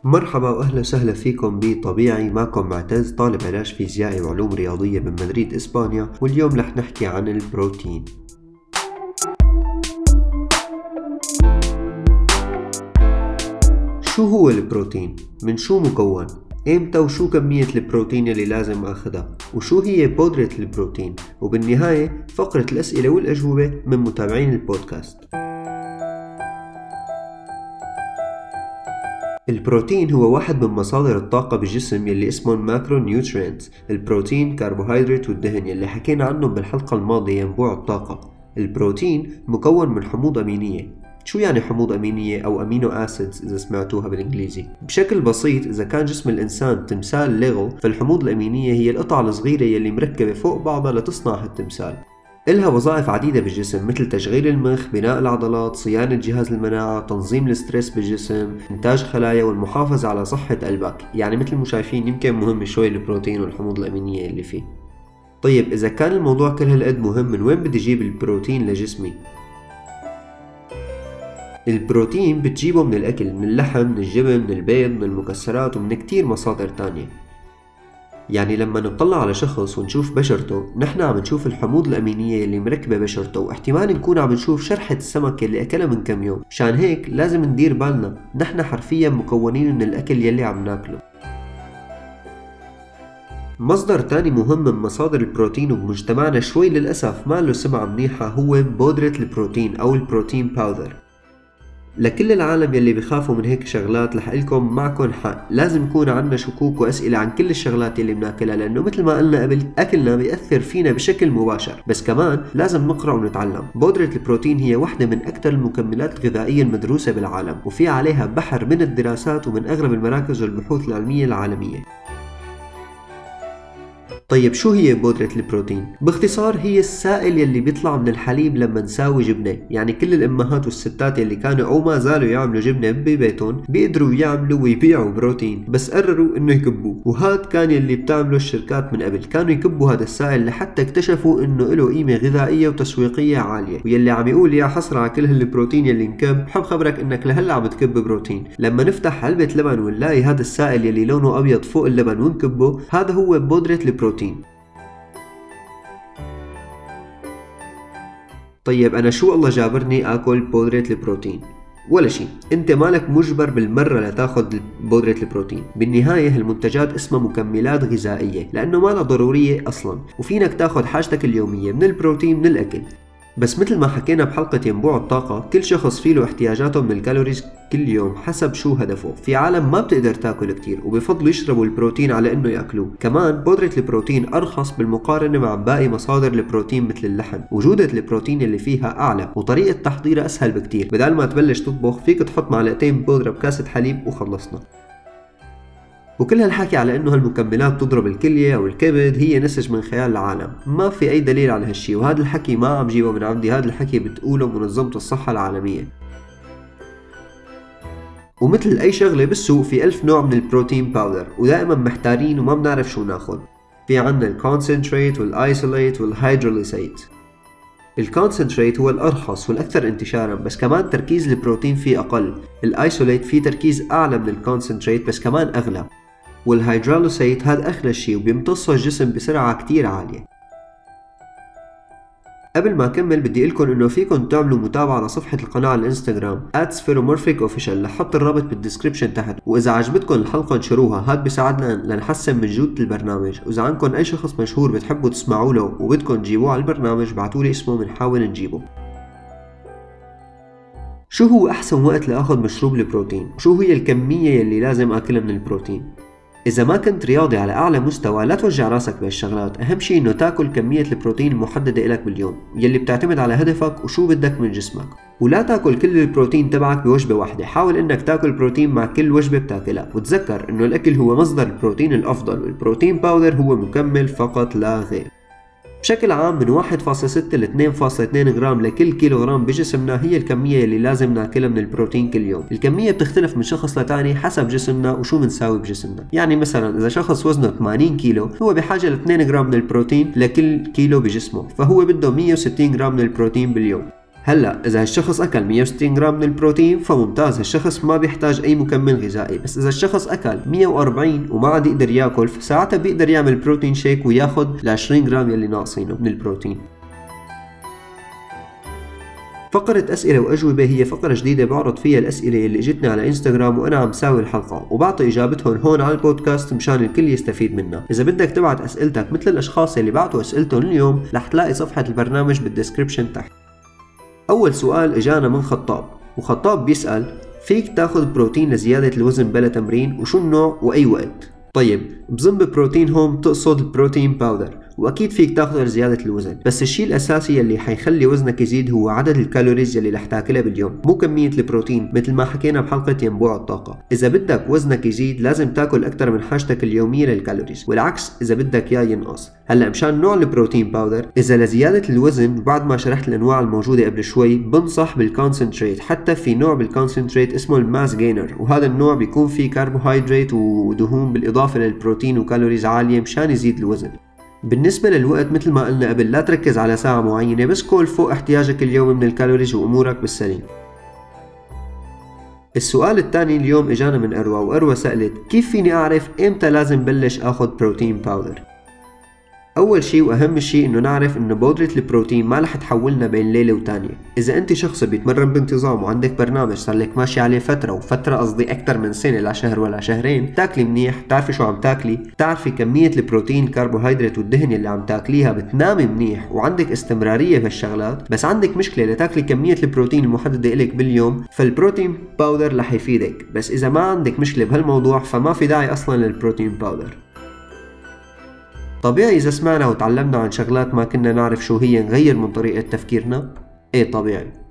مرحبا وأهلا وسهلا فيكم بطبيعي. معكم معتز، طالب علاج فيزيائي وعلوم رياضية من مدريد إسبانيا، واليوم رح نحكي عن البروتين. شو هو البروتين؟ من شو مكون؟ إمتى وشو كمية البروتين اللي لازم أخذها؟ وشو هي بودرة البروتين؟ وبالنهاية فقرة الأسئلة والأجوبة من متابعين البودكاست. البروتين هو واحد من مصادر الطاقة بالجسم يلي اسمهم ماكرو نيوترينتس. البروتين، كربوهيدرات والدهن يلي حكينا عنهم بالحلقة الماضية ينبوع الطاقة. البروتين مكون من حموض أمينية. شو يعني حموض أمينية أو أمينو أسيدز إذا سمعتوها بالإنجليزي؟ بشكل بسيط، إذا كان جسم الإنسان تمثال ليغو، فالحموض الأمينية هي القطع الصغيرة يلي مركبة فوق بعضها لتصنع هالتمثال. إلها وظائف عديدة بالجسم، مثل تشغيل المخ، بناء العضلات، صيانة جهاز المناعة، تنظيم الستريس بالجسم، إنتاج خلايا، والمحافظة على صحة قلبك. يعني مثل ما شايفين يمكن مهم شوي البروتين والحموض الأمينية اللي فيه. طيب إذا كان الموضوع كل هالقد مهم، من وين بدي أجيب البروتين لجسمي؟ البروتين بتجيبه من الأكل، من اللحم، من الجبن، من البيض، من المكسرات، ومن كتير مصادر تانية. يعني لما نطلع على شخص ونشوف بشرته، نحن عم نشوف الحموض الأمينية اللي مركبة بشرته، واحتمال نكون عم نشوف شرحة السمك اللي أكلها من كم يوم. مشان هيك لازم ندير بالنا، نحن حرفيا مكونين من الأكل يلي عم ناكله. مصدر تاني مهم من مصادر البروتين وبمجتمعنا شوي للأسف ما له سمعة منيحة هو بودرة البروتين أو البروتين باودر. لكل العالم يلي بخافوا من هيك شغلات، رح لكم معكم حق، لازم يكون عنا شكوك وأسئلة عن كل الشغلات يلي بناكلها، لأنه مثل ما قلنا قبل، أكلنا بيأثر فينا بشكل مباشر. بس كمان لازم نقرأ ونتعلم. بودرة البروتين هي واحدة من أكثر المكملات الغذائية المدروسة بالعالم، وفي عليها بحر من الدراسات ومن أغلب المراكز والبحوث العلمية العالمية. طيب شو هي بودرة البروتين؟ باختصار هي السائل يلي بيطلع من الحليب لما نساوي جبنة. يعني كل الأمهات والستات يلي كانوا أو ما زالوا يعملوا جبنة ببيتهم بيقدروا يعملوا ويبيعوا بروتين، بس قرروا إنه يكبوه. وهاد كان يلي بتعمله الشركات من قبل، كانوا يكبوا هذا السائل لحتى اكتشفوا إنه له قيمة غذائية وتسويقية عالية. ويلي عم يقول يا حسرة على كل هالبروتين يلي نكب، بحب خبرك إنك لهلا عم تكب بروتين. لما نفتح علبة لبن ونلاقي هذا السائل يلي لونه أبيض فوق اللبن ونكبه، هذا هو بودرة البروتين. طيب أنا شو الله جابرني آكل بودرة البروتين؟ ولا شيء، انت مالك مجبر بالمرة لتاخد بودرة البروتين. بالنهاية هالمنتجات اسمها مكملات غذائية لأنه ما لها ضرورية أصلا، وفينك تاخد حاجتك اليومية من البروتين من الأكل. بس مثل ما حكينا بحلقة ينبوع الطاقة، كل شخص فيه له احتياجاته من الكالوريز كل يوم حسب شو هدفه. في عالم ما بتقدر تاكل كتير وبفضلوا يشربوا البروتين على انه ياكلوه. كمان بودرة البروتين ارخص بالمقارنة مع باقي مصادر البروتين مثل اللحم، وجودة البروتين اللي فيها اعلى، وطريقة تحضيرها اسهل بكتير. بدل ما تبلش تطبخ فيك تحط معلقتين بودرة بكاسة حليب وخلصنا. وكل هالحكي على انه هالمكملات تضرب الكلية او الكبد هي نسج من خيال العالم، ما في اي دليل على هالشي، وهذا الحكي ما عم جيبه من عندي، هذا الحكي بتقوله منظمة الصحة العالمية. ومثل اي شغلة بالسوق في 1000 نوع من البروتين باودر، ودائما محتارين وما بنعرف شو ناخد. في عنا الكونسنتريت والايسوليت والهيدروليسيت. الكونسنتريت هو الارخص والاكثر انتشارا، بس كمان تركيز البروتين فيه اقل. الايسوليت فيه تركيز اعلى من الكونسنتريت بس كمان اغلى. والهيدروليسيت هذا اغلى شيء وبيمتصه الجسم بسرعة كتير عالية. قبل ما أكمل بدي أقولكم إنه فيكم تعملوا متابعة لصفحة القناة على الإنستغرام @spheromorphicofficial، لحط الرابط بالديسكريبشن تحت. وإذا عجبتكم الحلقة انشروها، هاد بيساعدنا لنحسن من جودة البرنامج. وإذا عندكم أي شخص مشهور بتحبوا تسمعوا له وبدكم تجيبوه على البرنامج، بعتولي اسمه بنحاول نجيبه. شو هو أحسن وقت لأخذ مشروب البروتين؟ وشو هي الكمية يلي لازم أكلها من البروتين؟ إذا ما كنت رياضي على أعلى مستوى لا توجع راسك بهالشغلات، أهم شيء إنه تاكل كمية البروتين المحددة إلك باليوم، يلي بتعتمد على هدفك وشو بدك من جسمك. ولا تاكل كل البروتين تبعك بوجبة واحدة، حاول إنك تاكل بروتين مع كل وجبة بتاكلها، وتذكر إنه الأكل هو مصدر البروتين الأفضل، والبروتين باودر هو مكمل فقط لا غير. بشكل عام من 1.6 ل 2.2 جرام لكل كيلوغرام بجسمنا هي الكمية اللي لازم ناكلها من البروتين كل يوم. الكمية بتختلف من شخص لتاني حسب جسمنا وشو منساوي بجسمنا. يعني مثلا إذا شخص وزنه 80 كيلو هو بحاجة ل 2 جرام من البروتين لكل كيلو بجسمه، فهو بده 160 جرام من البروتين باليوم. هلا اذا هالشخص اكل 160 جرام من البروتين فممتاز، هالشخص ما بيحتاج اي مكمل غذائي. بس اذا الشخص اكل 140 وما عاد يقدر ياكل، فساعتها بيقدر يعمل بروتين شيك وياخذ ال 20 جرام يلي ناقصينه من البروتين. فقرة أسئلة وأجوبة هي فقرة جديدة بعرض فيها الأسئلة اللي اجتني على انستغرام وأنا عم ساوي الحلقة، وبعطي إجابتهم هون على البودكاست مشان الكل يستفيد منها. إذا بدك تبعت أسئلتك مثل الأشخاص اللي بعتوا أسئلتهم اليوم رح تلاقي صفحة البرنامج بالديسكريبشن تحت. أول سؤال إجانا من خطاب، وخطاب بيسأل: فيك تاخذ بروتين لزيادة الوزن بلا تمرين؟ وشو النوع وأي وقت؟ طيب بظن ببروتين هوم تقصد البروتين باودر، واكيد فيك تاخذه لزياده الوزن، بس الشيء الاساسي اللي حيخلي وزنك يزيد هو عدد الكالوريز اللي رح تاكلها باليوم، مو كميه البروتين مثل ما حكينا بحلقه ينبوع الطاقه. اذا بدك وزنك يزيد لازم تاكل اكثر من حاجتك اليوميه للكالوريز، والعكس اذا بدك اياه ينقص. هلا مشان نوع البروتين باودر، اذا لزياده الوزن بعد ما شرحت الانواع الموجوده قبل شوي بنصح بالكونسنتريت. حتى في نوع بالكونسنتريت اسمه الماس جينر، وهذا النوع بيكون فيه كربوهيدرات ودهون بالاضافه للبروتين وكالوريز عاليه مشان يزيد الوزن. بالنسبة للوقت مثل ما قلنا قبل لا تركز على ساعة معينة، بس كل فوق احتياجك اليومي من الكالوريز وأمورك بالسليم. السؤال الثاني اليوم اجانا من أروى، وأروى سألت: كيف فيني أعرف إمتى لازم بلش أخذ بروتين باودر؟ أول شيء وأهم شيء إنه نعرف إنه بودرة البروتين ما رح تحولنا بين ليلة وتانية. إذا أنت شخص بيتمرن بانتظام وعندك برنامج صار لك ماشي عليه فترة قصدي أكثر من سنة، لا شهر ولا شهرين، تاكلي منيح، تعرفي شو عم تاكلي، تعرفي كمية البروتين الكربوهيدرات والدهن اللي عم تاكليها، بتنامي منيح وعندك استمرارية بهالشغلات، بس عندك مشكلة لتاكلي كمية البروتين المحددة لك باليوم، فالبروتين باودر رح يفيدك. بس إذا ما عندك مشكلة بهالموضوع فما في داعي أصلا للبروتين باودر. طبيعي إذا سمعنا وتعلمنا عن شغلات ما كنا نعرف شو هي نغير من طريقة تفكيرنا؟ إيه طبيعي.